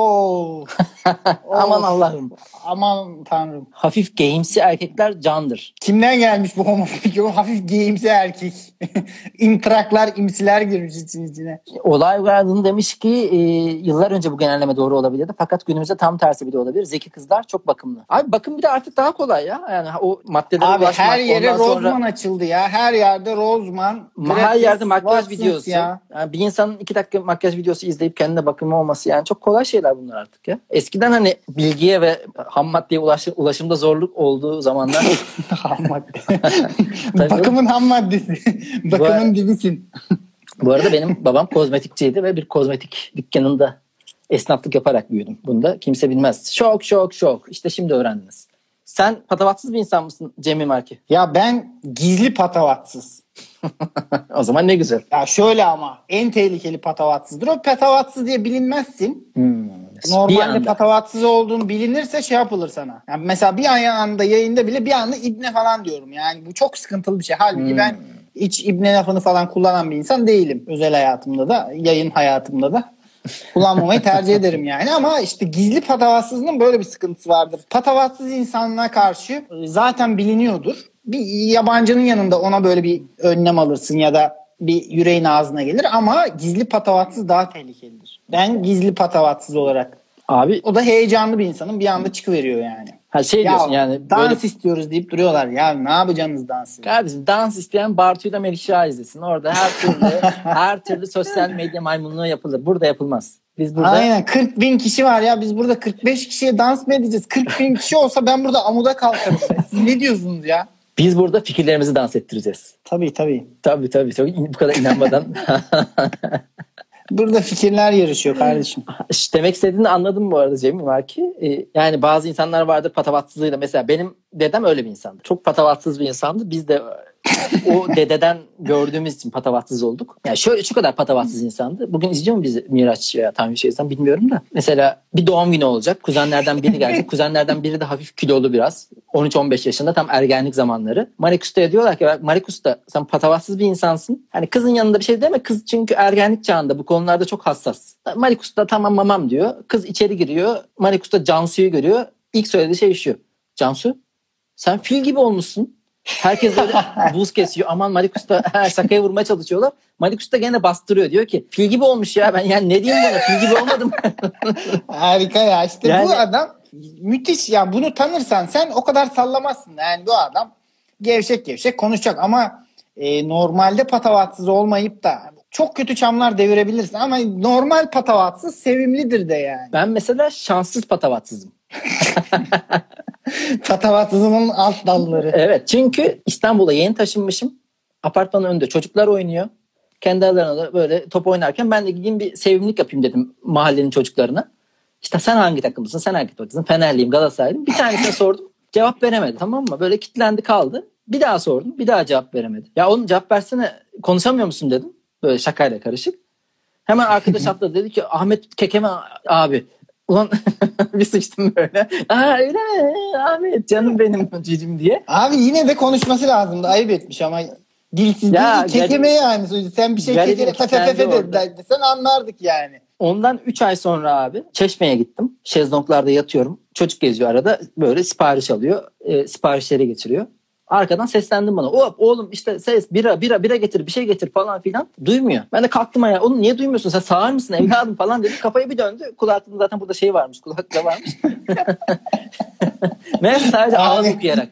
Aman Allah'ım. Aman Tanrım. Hafif geyimsi erkekler candır. Kimden gelmiş bu homofobik? O hafif geyimsi erkek. İntraklar, imsiler girmiş içine. Olay Garden demiş ki yıllar önce bu genelleme doğru olabilirdi. Fakat günümüzde tam tersi bile olabilir. Zeki kızlar çok bakımlı. Abi bakım bir de artık daha kolay ya. Yani o maddelere abi ulaşmak. her yere Rozman sonra... açıldı ya. Her yerde Rozman. Her yerde makyaj videosu. Ya. Yani bir insanın 2 dakika makyaj videosu izleyip kendine bakımlı olması, yani çok kolay şeyler bunlar artık ya. Eskiden hani bilgiye ve ham maddeye ulaşımda zorluk olduğu zamanlar. Ham madde. Bakımın ham maddesi. Bakımın dibisin. Bu arada benim babam kozmetikçiydi ve bir kozmetik dükkanında esnaflık yaparak büyüdüm. Bunu da kimse bilmez. Şok. İşte şimdi öğrendiniz. Sen patavatsız bir insan mısın Cemil Marki? Ya ben gizli patavatsız. O zaman ne güzel. Ya şöyle ama en tehlikeli patavatsızdır. O patavatsız diye bilinmezsin. Normalde patavatsız olduğunu bilinirse şey yapılır sana. Yani mesela bir anda yayında bile bir anda ibne falan diyorum. Yani bu çok sıkıntılı bir şey. Halbuki ben hiç ibne lafını falan kullanan bir insan değilim. Özel hayatımda da, yayın hayatımda da kullanmamayı tercih ederim yani. Ama işte gizli patavatsızlığın böyle bir sıkıntısı vardır. Patavatsız insanlara karşı zaten biliniyordur. Bir yabancının yanında ona böyle bir önlem alırsın ya da bir yüreğin ağzına gelir, ama gizli patavatsız daha tehlikelidir. Ben gizli patavatsız olarak. Abi o da heyecanlı bir insanın bir anda çıkıveriyor yani. Ha şey ya, diyorsun yani. Dans böyle... istiyoruz deyip duruyorlar. Ya ne yapacaksınız dansı? Kardeşim dans isteyen Bartu'yla Melikşah izlesin. Orada her türlü sosyal medya maymunluğu yapılır. Burada yapılmaz. Biz burada... Aynen 40 bin kişi var ya, biz burada 45 kişiye dans mı edeceğiz? 40 bin kişi olsa ben burada amuda kalkarım. Siz ne diyorsunuz ya? Biz burada fikirlerimizi dans ettireceğiz. Tabii. Tabii. Bu kadar inanmadan. Burada fikirler yarışıyor kardeşim. Demek istediğini anladım bu arada Cemil var ki. Yani bazı insanlar vardır patavatsızlığıyla. Mesela benim dedem öyle bir insandı. Çok patavatsız bir insandı. Biz de o dededen gördüğümüz için patavatsız olduk. Yani şu kadar patavatsız insandı. Bugün izliyor mu bizi Miraç ya Tanrı Şeytan bilmiyorum da. Mesela bir doğum günü olacak. Kuzenlerden biri gelecek. Kuzenlerden biri de hafif kilolu biraz. 13-15 yaşında, tam ergenlik zamanları. Malik Usta'ya diyorlar ki Malik Usta sen patavatsız bir insansın. Hani kızın yanında bir şey deme. Kız çünkü ergenlik çağında bu konularda çok hassas. Malik Usta tamam mamam diyor. Kız içeri giriyor. Malik Usta Cansu'yu görüyor. İlk söylediği şey şu. Cansu sen fil gibi olmuşsun. Herkes böyle buz kesiyor. Aman Malik Usta şakaya vurmaya çalışıyorlar. Malik Usta gene bastırıyor. Diyor ki fil gibi olmuş ya, ben yani ne diyeyim buna, fil gibi olmadım. Harika ya işte yani... bu adam müthiş ya, bunu tanırsan sen o kadar sallamazsın. Yani bu adam gevşek konuşacak ama normalde patavatsız olmayıp da çok kötü çamlar devirebilirsin ama normal patavatsız sevimlidir de yani. Ben mesela şanssız patavatsızım. Patavatsızının alt dalları. Evet, çünkü İstanbul'a yeni taşınmışım. Apartmanın önünde çocuklar oynuyor. Kendi aralarında da böyle top oynarken ben de gideyim bir sevimlilik yapayım dedim mahallenin çocuklarına. İşte sen hangi takımlısın, sen hangi takımlısın? Fenerliyim, Galatasaraylıyım. Bir tanesine sordum. Cevap veremedi, tamam mı? Böyle kilitlendi kaldı. Bir daha sordum. Bir daha cevap veremedi. Ya oğlum cevap versene, konuşamıyor musun dedim. Böyle şakayla karışık. Hemen arkadaş atladı, dedi ki Ahmet Kekeme abi. Ulan bir sıçtım böyle. Öyle mi? Ahmet canım benim cicim diye. Abi yine de konuşması lazımdı. Ayıp etmiş ama dilsiz değil, kekeme yani. Sen bir şey kekele fefe desen anlardık yani. Ondan 3 ay sonra abi Çeşme'ye gittim. Şezlonglarda yatıyorum. Çocuk geziyor arada. Böyle sipariş alıyor. Siparişleri getiriyor. Arkadan seslendim bana. Oğlum işte ses bira getir, bir şey getir falan filan. Duymuyor. Ben de kalktım ayağa. Oğlum niye duymuyorsun? Sen sağır mısın evladım falan dedi. Kafayı bir döndü. Kulaklığında zaten burada şey varmış. Kulaklığı varmış. Meğer sadece ağız okuyarak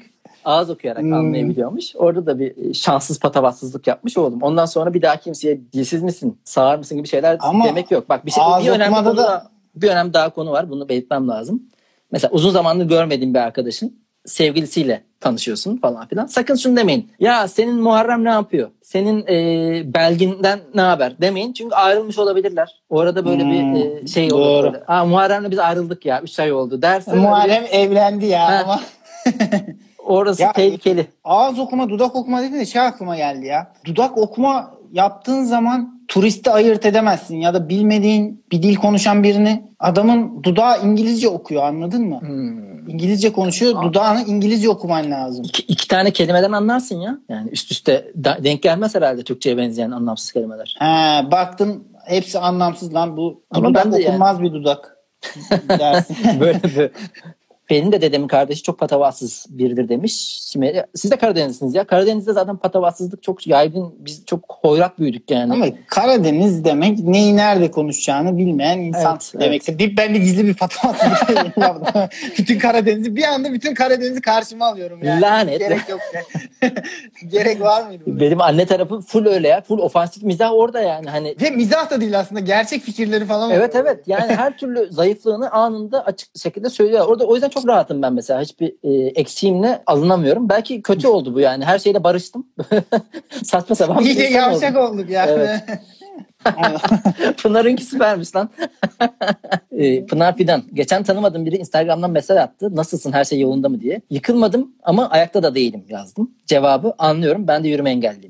ağız okuyarak anlayabiliyormuş. Orada da bir şanssız patavatsızlık yapmış oldum. Ondan sonra bir daha kimseye dilsiz misin, sağır mısın gibi şeyler ama demek yok. Bak bir önemli daha konu var. Bunu belirtmem lazım. Mesela uzun zamandır görmediğim bir arkadaşın sevgilisiyle tanışıyorsun falan filan. Sakın şunu demeyin. Ya senin Muharrem ne yapıyor? Senin Belgin'den ne haber? Demeyin. Çünkü ayrılmış olabilirler. Orada böyle bir şey olur. Böyle. Muharrem'le biz ayrıldık ya. 3 ay oldu dersin. Muharrem evlendi ya ama. Orası Ya, tehlikeli. Ağız okuma, dudak okuma dediğinde şey aklıma geldi ya. Dudak okuma yaptığın zaman turisti ayırt edemezsin ya da bilmediğin bir dil konuşan birini, adamın dudağı İngilizce okuyor, anladın mı? İngilizce konuşuyor, dudağını İngilizce okuman lazım. İki tane kelimeden anlarsın ya. Yani üst üste denk gelmez herhalde Türkçe'ye benzeyen anlamsız kelimeler. Baktın hepsi anlamsız lan, bu Ama dudak ben de okunmaz bir dudak dersin. böyle. Benim de dedemin kardeşi çok patavatsız biridir demiş. Şimdi, siz de Karadenizlisiniz ya. Karadeniz'de zaten patavatsızlık çok yaygın. Biz çok hoyrat büyüdük yani. Ama Karadeniz demek neyi nerede konuşacağını bilmeyen insan demektir. Evet. Ben de gizli bir patavatsızlık yaptım. bütün Karadeniz'i karşıma alıyorum yani. Lanet. Gerek yok. Gerek var mıydı? Benim anne tarafı full öyle ya. Full ofansif mizah orada yani. Hani... Ve mizah da değil aslında. Gerçek fikirleri falan. Evet. Yani her türlü zayıflığını anında açık şekilde söylüyor. Orada o yüzden çok rahatım ben mesela. Hiçbir eksiğimle alınamıyorum. Belki kötü oldu bu yani. Her şeyle barıştım. Saçma sapan. İyice yavşak olduk ya. Evet. Pınar'ınki süpermiş lan. Pınar Fidan. Geçen tanımadığım biri Instagram'dan mesaj attı. Nasılsın, her şey yolunda mı diye. Yıkılmadım ama ayakta da değilim yazdım. Cevabı anlıyorum, ben de yürüme engelliyim.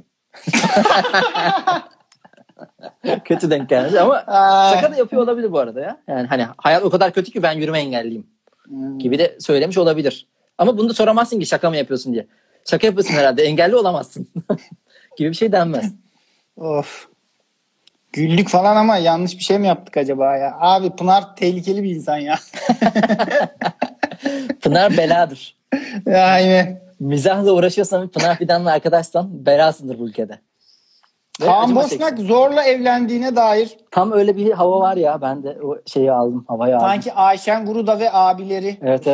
Kötü denk gelmiş ama şaka da yapıyor olabilir bu arada ya. Yani hani hayat o kadar kötü ki ben yürüme engelliyim gibi de söylemiş olabilir. Ama bunu da soramazsın ki şaka mı yapıyorsun diye. Şaka yapıyorsun herhalde, engelli olamazsın gibi bir şey denmez. Of. Güldük falan ama yanlış bir şey mi yaptık acaba ya? Abi Pınar tehlikeli bir insan ya. Pınar beladır. Aynen. Mizahla uğraşıyorsan, Pınar Fidan'la arkadaşsan belasındır bu ülkede. Kaan Boşnak zorla evlendiğine dair. Tam öyle bir hava var ya, ben de o şeyi aldım, havayı aldım. Sanki Ayşen Guruda ve abileri. Evet.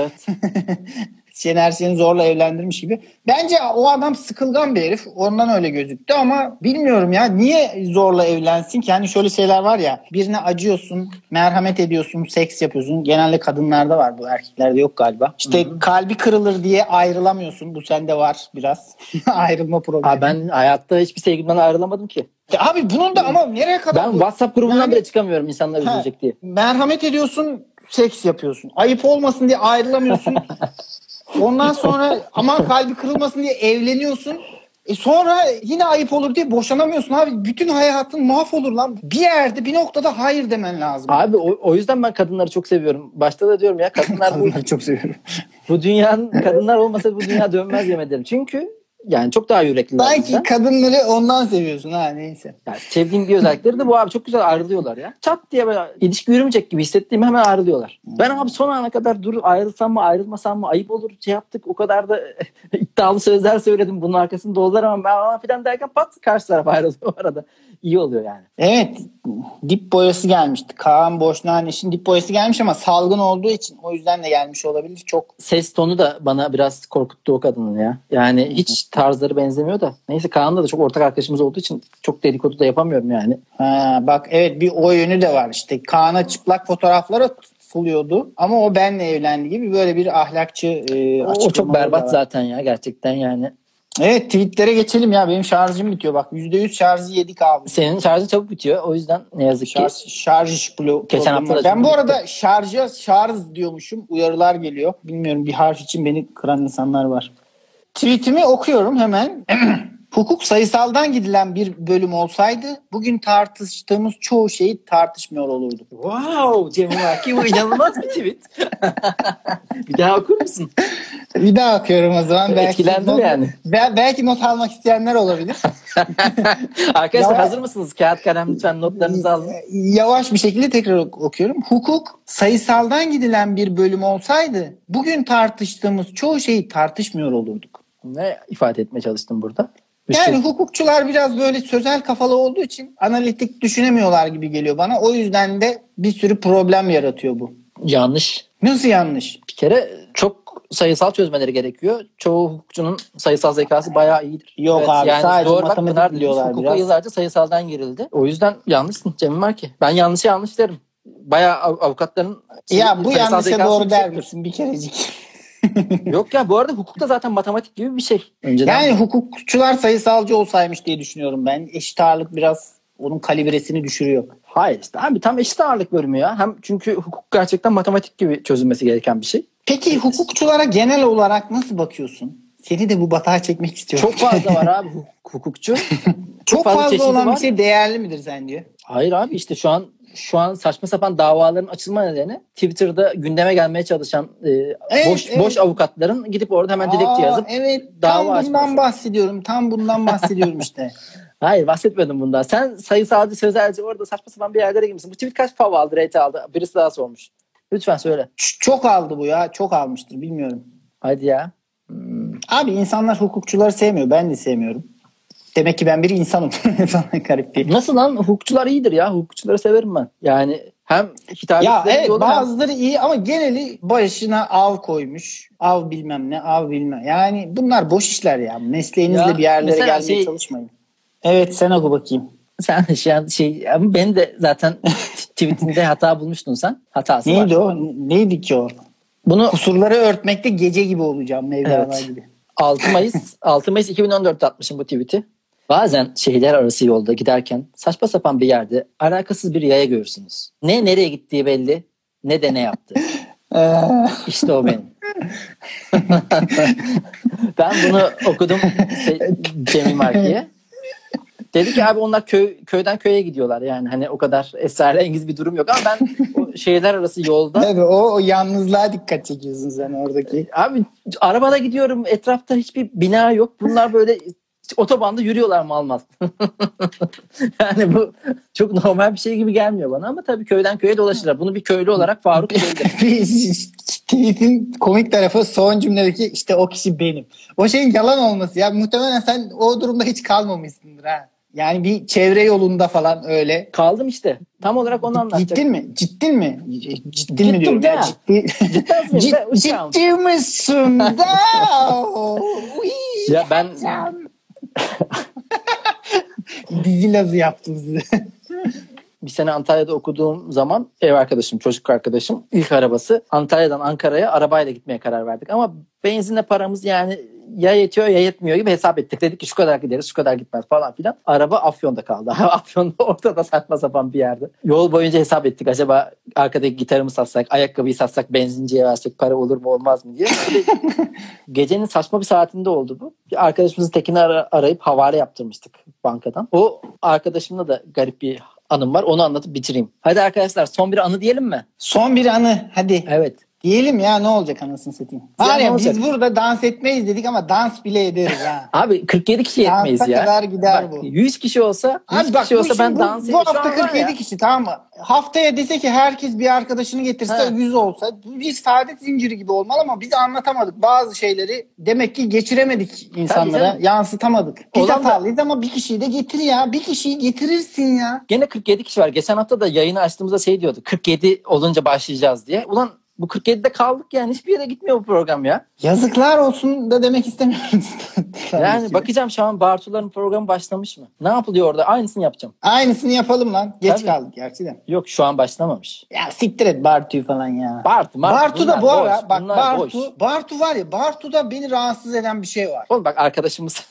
Şener Şen'i zorla evlendirmiş gibi. Bence o adam sıkılgan bir herif. Ondan öyle gözüktü ama bilmiyorum ya. Niye zorla evlensin ki? Hani şöyle şeyler var ya. Birine acıyorsun, merhamet ediyorsun, seks yapıyorsun. Genelde kadınlarda var bu, erkeklerde yok galiba. İşte kalbi kırılır diye ayrılamıyorsun. Bu sende var biraz. Ayrılma problemi. Ben hayatta hiçbir sevgilimden ayrılamadım ki. Abi bunun da ama nereye kadar? Ben WhatsApp grubundan bile çıkamıyorum insanlar üzülecek diye. Merhamet ediyorsun, seks yapıyorsun. Ayıp olmasın diye ayrılamıyorsun. Ondan sonra aman kalbi kırılmasın diye evleniyorsun. Sonra yine ayıp olur diye boşanamıyorsun abi. Bütün hayatın mahvolur lan. Bir yerde, bir noktada hayır demen lazım. Abi o yüzden ben kadınları çok seviyorum. Başta da diyorum ya, kadınları çok seviyorum. Bu dünyanın, kadınlar olmasa bu dünya dönmez yemin ederim. Çünkü yani çok daha yürekliler. Belki kadınları ondan seviyorsun ha, neyse. Yani sevdiğim bir özellikleri de bu abi, çok güzel ayrılıyorlar ya. Çat diye böyle ilişki yürümeyecek gibi hissettiğim hemen ayrılıyorlar. Ben abi son ana kadar dur, ayrılsam mı ayrılmasam mı, ayıp olur, şey yaptık, o kadar da iddialı sözler söyledim, bunun arkasında dolar ama ben falan derken pat karşı taraf ayrılıyor o arada. İyi oluyor yani. Evet, dip boyası gelmişti. Kaan Boşnak'ın eşin dip boyası gelmiş ama salgın olduğu için o yüzden de gelmiş olabilir. Çok ses tonu da bana biraz korkuttu o kadının ya. Yani hiç tarzları benzemiyor da. Neyse, Kaan'la da çok ortak arkadaşımız olduğu için çok dedikodu da yapamıyorum yani. Bak evet, bir o yönü de var işte. Kaan'a çıplak fotoğraflara tutuluyordu ama o benle evlendi gibi böyle bir ahlakçı o çok berbat zaten ya, gerçekten yani. Evet, tweetlere geçelim ya. Benim şarjım bitiyor. Bak %100 şarjı yedik abi. Senin şarjın çabuk bitiyor. O yüzden ne yazık ki. Şarj geçen hafta da ben bu arada şarj diyormuşum. Uyarılar geliyor. Bilmiyorum, bir harf için beni kıran insanlar var. Tweetimi okuyorum hemen. Hukuk sayısaldan gidilen bir bölüm olsaydı bugün tartıştığımız çoğu şeyi tartışmıyor olurduk. Wow, Cemil Aki, bu inanılmaz bir tweet. Bir daha okur musun? Bir daha okuyorum o zaman. Etkilendim yani. Belki not almak isteyenler olabilir. Arkadaşlar hazır mısınız? Kağıt kalem lütfen notlarınızı alın. Yavaş bir şekilde tekrar okuyorum. Hukuk sayısaldan gidilen bir bölüm olsaydı bugün tartıştığımız çoğu şeyi tartışmıyor olurduk. Ne ifade etmeye çalıştım burada? Yani hukukçular biraz böyle sözel kafalı olduğu için analitik düşünemiyorlar gibi geliyor bana. O yüzden de bir sürü problem yaratıyor bu. Yanlış. Nasıl yanlış? Bir kere çok sayısal çözmeleri gerekiyor. Çoğu hukukçunun sayısal zekası bayağı iyidir. Yok Evet, abi, yani sadece doğru bak, matematik Pınar biliyorlar hukuka biraz. yıllarca sayısaldan girildi. O yüzden yanlışsın Cemil Marki. Ben yanlış derim. Bayağı avukatların Ya bu sayısal yanlışa zekası doğru der yüksektir. misin bir kerecik? Yok ya, bu arada hukukta zaten matematik gibi bir şey. Önceden Yani hukukçular sayısalcı olsaymış diye düşünüyorum ben. Eşit ağırlık biraz onun kalibresini düşürüyor. hayır işte abi, tam eşit ağırlık bölümü ya. Hem çünkü hukuk gerçekten matematik gibi çözülmesi gereken bir şey. Peki hukukçulara genel olarak nasıl bakıyorsun? Seni de bu batağa çekmek istiyorum. Çok fazla var abi hukukçu. Çok fazla çeşidi olan var. bir şey değerli midir sence? Hayır abi, işte şu an saçma sapan davaların açılma nedeni Twitter'da gündeme gelmeye çalışan boş avukatların gidip orada hemen dilekçe yazıp evet, dava tam bundan açması. bahsediyorum. Tam bundan bahsediyorum işte. Hayır, bahsetmedim bundan. Sen sayısalcı, sözelci orada saçma sapan bir yerlere girmişsin. Bu tweet kaç fav aldı, rate aldı? Birisi daha sormuş. Lütfen söyle. Çok aldı bu ya. Çok almıştır, bilmiyorum. Hadi ya. Abi insanlar hukukçuları sevmiyor. Ben de sevmiyorum. Demek ki ben bir insanım. Falan garip bir. Nasıl lan? Hukukçular iyidir ya. Hukukçuları severim ben. Yani hem Ya hitabetleri evet, iyi olur, bazıları iyi ama geneli başına av koymuş. Av bilmem ne, av bilmem. Yani bunlar boş işler ya. Mesleğinizle Ya bir yerlere mesela gelmeye çalışmayın. Evet, sen oku bakayım. sen şu an ama beni de zaten tweetinde hata bulmuştun sen. Hatası var. Neydi o? Neydi ki o? Bunu Kusurları örtmekte gece gibi olacağım. Mevlana Evet. gibi. 6 Mayıs 2014'te atmışım bu tweet'i. Bazen şehirler arası yolda giderken saçma sapan bir yerde alakasız bir yaya görürsünüz. Ne nereye gittiği belli, ne de ne yaptı. İşte o benim. Ben bunu okudum Cemil Marki'ye. Dedi ki abi onlar köyden köye gidiyorlar, yani hani o kadar esrarengiz bir durum yok, ama ben o şehirler arası yolda Evet, o yalnızlığa dikkat çekiyorsun sen oradaki. abi arabada gidiyorum, etrafta hiçbir bina yok, bunlar böyle otobanda yürüyorlar mal mal. Yani bu çok normal bir şey gibi gelmiyor bana, ama tabii köyden köye dolaşırlar. Bunu bir köylü olarak Faruk söyledi. Tweet'in komik tarafı son cümledeki işte o kişi benim. O şeyin yalan olması ya. Muhtemelen sen o durumda hiç kalmamışsındır ha. Yani bir çevre yolunda falan öyle. Kaldım işte. Tam olarak onu anlatacak. Gittin mi? Ciddin mi? Ciddin mi Gittim diyorum de. ya. Ciddi. Cidden uçağım. Ciddi misin da? Ya ben Dizi lazı yaptım size. bir sene Antalya'da okuduğum zaman ev arkadaşım, çocuk arkadaşım ilk arabası, Antalya'dan Ankara'ya arabayla gitmeye karar verdik. Ama benzinle paramız yani ya yetiyor ya yetmiyor gibi hesap ettik. Dedik ki şu kadar gideriz, şu kadar gitmez falan filan. Araba Afyon'da kaldı. Afyon'da ortada saçma sapan bir yerde. Yol boyunca hesap ettik. Acaba arkadaki gitarımı satsak, ayakkabıyı satsak, benzinciye versek para olur mu olmaz mı diye. Gecenin saçma bir saatinde oldu bu. Bir arkadaşımızın tekini arayıp havale yaptırmıştık bankadan. O arkadaşımla da garip bir anım var. Onu anlatıp bitireyim. Hadi arkadaşlar, son bir anı diyelim mi? Son bir anı hadi. Evet. Diyelim ya, ne olacak anasını satayım. Ya Var ne ya, olacak? biz burada dans etmeyiz dedik ama dans bile ederiz ha. Abi 47 kişi yetmeyiz Dansa ya. kadar gider Bak, bu. 100 kişi olsa, 100 Abi bak, kişi olsa ben bu dans bu hafta şu an var 47 ya. kişi, tamam mı? Haftaya dese ki herkes bir arkadaşını getirse Ha. 100 olsa, bu bir saadet zinciri gibi olmalı ama biz anlatamadık. Bazı şeyleri demek ki geçiremedik insanlara, canım. yansıtamadık. Biz Olan da- hatalıyız ama bir kişiyi de getir ya. Bir kişiyi getirirsin ya. Gene 47 kişi var. Geçen hafta da yayını açtığımızda şey diyordu. 47 olunca başlayacağız diye. Ulan bu 47'de kaldık yani. Hiçbir yere gitmiyor bu program ya. Yazıklar olsun da demek istemiyoruz. Yani bakacağım şu an Bartuların programı başlamış mı? Ne yapılıyor orada? Aynısını yapacağım. Aynısını yapalım lan. Geç Tabii. kaldık gerçi de. Yok, şu an başlamamış. Ya siktir et Bartu'yu falan ya. Bartu da bu bunlar ara boş, bak, bunlar boş. Bartu var ya, Bartu'da beni rahatsız eden bir şey var. Oğlum bak, arkadaşımız.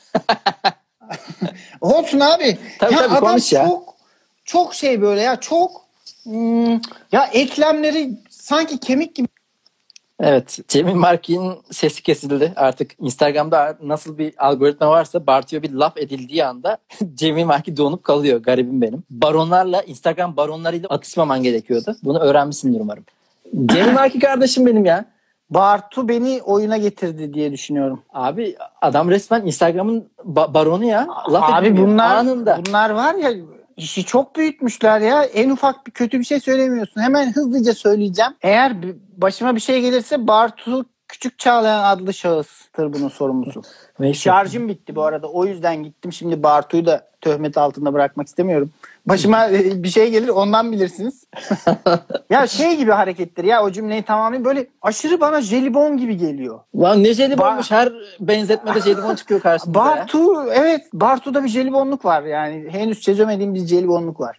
Olsun abi. Tabii, ya tabii, adam konuş ya. çok şey böyle ya, çok ya eklemleri sanki kemik gibi. Evet. Cemil Marki'nin sesi kesildi. Artık Instagram'da nasıl bir algoritma varsa Bartu'ya bir laf edildiği anda Cemil Marki donup kalıyor. Garibim benim. Instagram baronlarıyla atışmaman gerekiyordu. Bunu öğrenmişsindir umarım. Cemil Marki kardeşim benim ya. Bartu beni oyuna getirdi diye düşünüyorum. Abi adam resmen Instagram'ın baronu ya. Laf Abi edilmiyor. bunlar Anında. var ya, işi çok büyütmüşler ya. En ufak bir kötü bir şey söylemiyorsun. Hemen hızlıca söyleyeceğim. Eğer başıma bir şey gelirse Bartu Küçük Çağlayan adlı şahıstır bunun sorumlusu. Şarjım bitti bu arada. O yüzden gittim. Şimdi Bartu'yu da töhmet altında bırakmak istemiyorum. Başıma bir şey gelir ondan bilirsiniz. Ya şey gibi harekettir ya, o cümleyi tamamen böyle aşırı bana jelibon gibi geliyor. Lan ne jelibonmuş, her benzetmede jelibon çıkıyor karşımıza ya. Bartu, evet, Bartu'da bir jelibonluk var yani. Henüz çözemediğim bir jelibonluk var.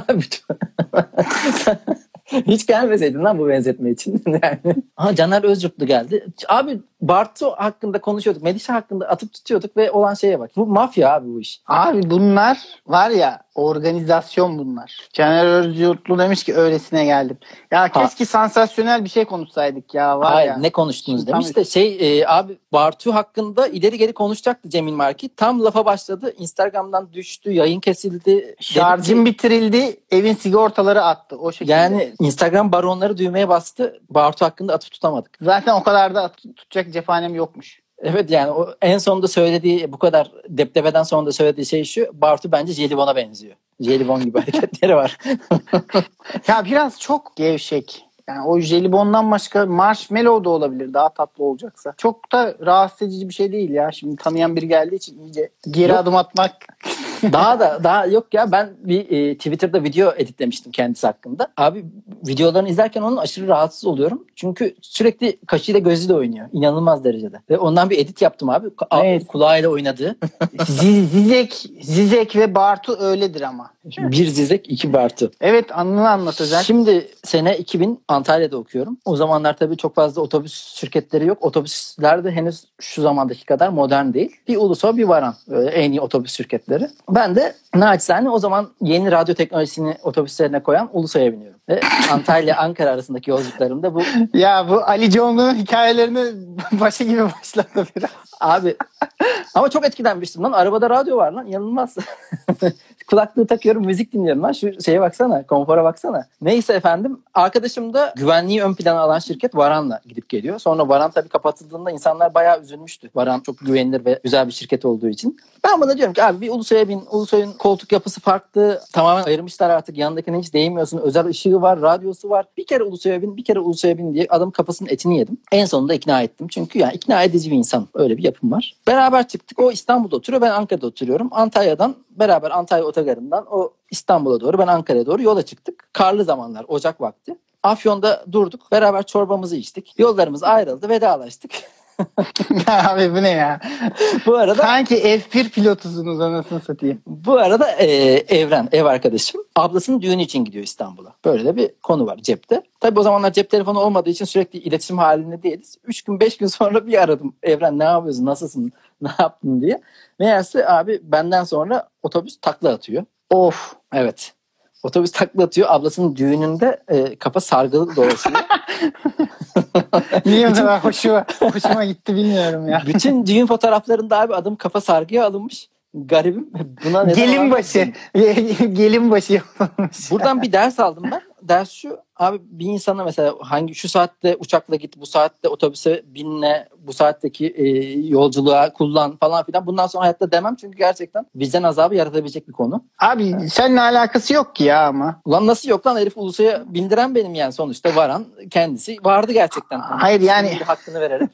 Hiç gelmeseydin lan bu benzetme için. Yani. Aha, Caner Özyurtlu geldi. Abi Bartu hakkında konuşuyorduk. Melisa hakkında atıp tutuyorduk ve olan şeye bak. Bu mafya abi bu iş. Abi bunlar var ya, organizasyon bunlar. Caner Özyurtlu demiş ki öylesine geldim. Ya keşke sansasyonel bir şey konuşsaydık ya, var Hayır, ya. ne konuştunuz Şimdi demiş de abi Bartu hakkında ileri geri konuşacaktı Cemil Marki. Tam lafa başladı. Instagram'dan düştü. Yayın kesildi. Şarjım bitirildi. Evin sigortaları attı. O şekilde. Yani Instagram baronları düğmeye bastı. Bartu hakkında atıp tutamadık. Zaten o kadar da tutacak cephanem yokmuş. Evet, yani o en sonunda söylediği, bu kadar deptebeden sonra da söylediği şey şu: Bartu bence jelibona benziyor. Jelibon gibi hareketleri var. Ya biraz çok gevşek. Yani o jelibondan başka marshmallow da olabilir, daha tatlı olacaksa. Çok da rahatsız edici bir şey değil ya. Şimdi tanıyan biri geldiği için iyice geri adım atmak. Daha yok ya, ben bir Twitter'da video editlemiştim kendisi hakkında. Abi videolarını izlerken onun aşırı rahatsız oluyorum. Çünkü sürekli kaşıyla gözüyle oynuyor. İnanılmaz derecede. Ve ondan bir edit yaptım abi. Evet. Kulağıyla oynadığı. Zizek ve Bartu öyledir ama. Bir Zizek, iki Bartu. Evet, anını anlat Özer. Şimdi sene 2000, Antalya'da okuyorum. O zamanlar tabii çok fazla otobüs şirketleri yok. Otobüsler de henüz şu zamandaki kadar modern değil. Bir Uluso, bir Varan. Böyle en iyi otobüs şirketleri. Ben de naçizane o zaman yeni radyo teknolojisini otobüslerine koyan Uluso'ya biniyorum. Ve Antalya-Ankara arasındaki yolculuklarımda bu... Ya bu Ali Congu'nun hikayelerini başı gibi başladı biraz. Abi ama çok etkilenmiştim lan. Arabada radyo var lan. İnanılmaz. Kulaklığı takıyorum, müzik dinliyorum lan. Şu şeye baksana, konfora baksana. Neyse efendim, arkadaşım da güvenliği ön plana alan şirket Varan'la gidip geliyor. Sonra Varan tabii kapatıldığında insanlar bayağı üzülmüştü. Varan çok güvenilir ve güzel bir şirket olduğu için. Ben bana diyorum ki abi bir Ulusoy'a bin. Ulusoy'un koltuk yapısı farklı. Tamamen ayırmışlar artık. Yanındakine hiç değmiyorsun. Özel ışığı var, radyosu var. Bir kere Ulusoy'a bin diye adam kafasının etini yedim. En sonunda ikna ettim. Çünkü yani ikna edici bir insan. Öyle bir yapım var. Beraber çıktık. O İstanbul'da oturuyor. Ben Ankara'da oturuyorum. Antalya'dan beraber Antalya otogarından o İstanbul'a doğru, ben Ankara'ya doğru yola çıktık. Karlı zamanlar, Ocak vakti. Afyon'da durduk. Beraber çorbamızı içtik. Yollarımız ayrıldı. Vedalaştık. Abi bu ne ya? Bu arada sanki F1 pilotusunuz anasını satayım. Bu arada Evren, ev arkadaşım, ablasının düğünü için gidiyor İstanbul'a. Böyle de bir konu var cepte. Tabii o zamanlar cep telefonu olmadığı için sürekli iletişim halinde değiliz. 3 gün 5 gün sonra bir aradım. Evren, ne yapıyorsun, nasılsın, ne yaptın diye. Meğerse abi benden sonra otobüs takla atıyor. Of. Evet. Otobüs takla atıyor. Ablasının düğününde kafa sargılı dolaşıyor. Niye o kadar hoşuma gitti bilmiyorum ya. Bütün düğün fotoğraflarında abi adım kafa sargıya alınmış. Garibim. Buna neden Gelin başı yapılmış. Buradan bir ders aldım ben. Ders şu: abi bir insana mesela şu saatte uçakla git, bu saatte otobüse binle, bu saatteki yolculuğa kullan falan filan. Bundan sonra hayatta demem, çünkü gerçekten vicdan azabı yaratabilecek bir konu. Abi seninle alakası yok ki ya ama. Ulan nasıl yok lan, herif Ulusoy'a bindiren benim yani, sonuçta Varan kendisi vardı gerçekten. Hayır yani. Hakkını vererek.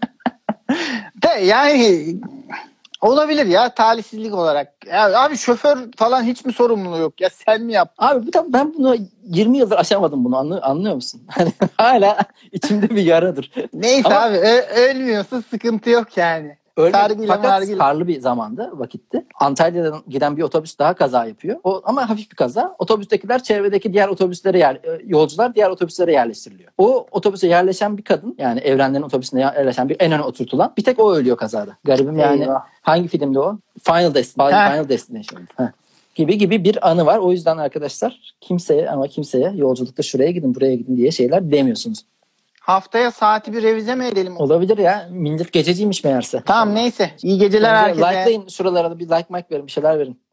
De yani olabilir ya, talihsizlik olarak. Ya abi şoför falan hiç mi sorumluluğu yok ya, sen mi yaptın? Abi ben bunu 20 yıldır aşamadım, bunu anlıyor musun? Hani hala içimde bir yaradır. Neyse ama abi ölmüyorsun, sıkıntı yok yani. Fakat karlı bir zamanda, vakitti. Antalya'dan giden bir otobüs daha kaza yapıyor. Ama hafif bir kaza. Otobüstekiler çevredeki diğer otobüslere yolcular diğer otobüslere yerleştiriliyor. O otobüse yerleşen bir kadın, yani Evrenlerin otobüsüne yerleşen bir en öne oturtulan, bir tek o ölüyor kazada. Garibim yani. Eyvah. Hangi filmde o? Final Destination. Gibi bir anı var. O yüzden arkadaşlar kimseye yolculukta şuraya gidin, buraya gidin diye şeyler demiyorsunuz. Haftaya saati bir revize mi edelim? Olabilir ya. Millet gececiymiş meğerse. Tamam neyse. İyi geceler herkese. Likelayın şuralara da bir like verin, bir şeyler verin.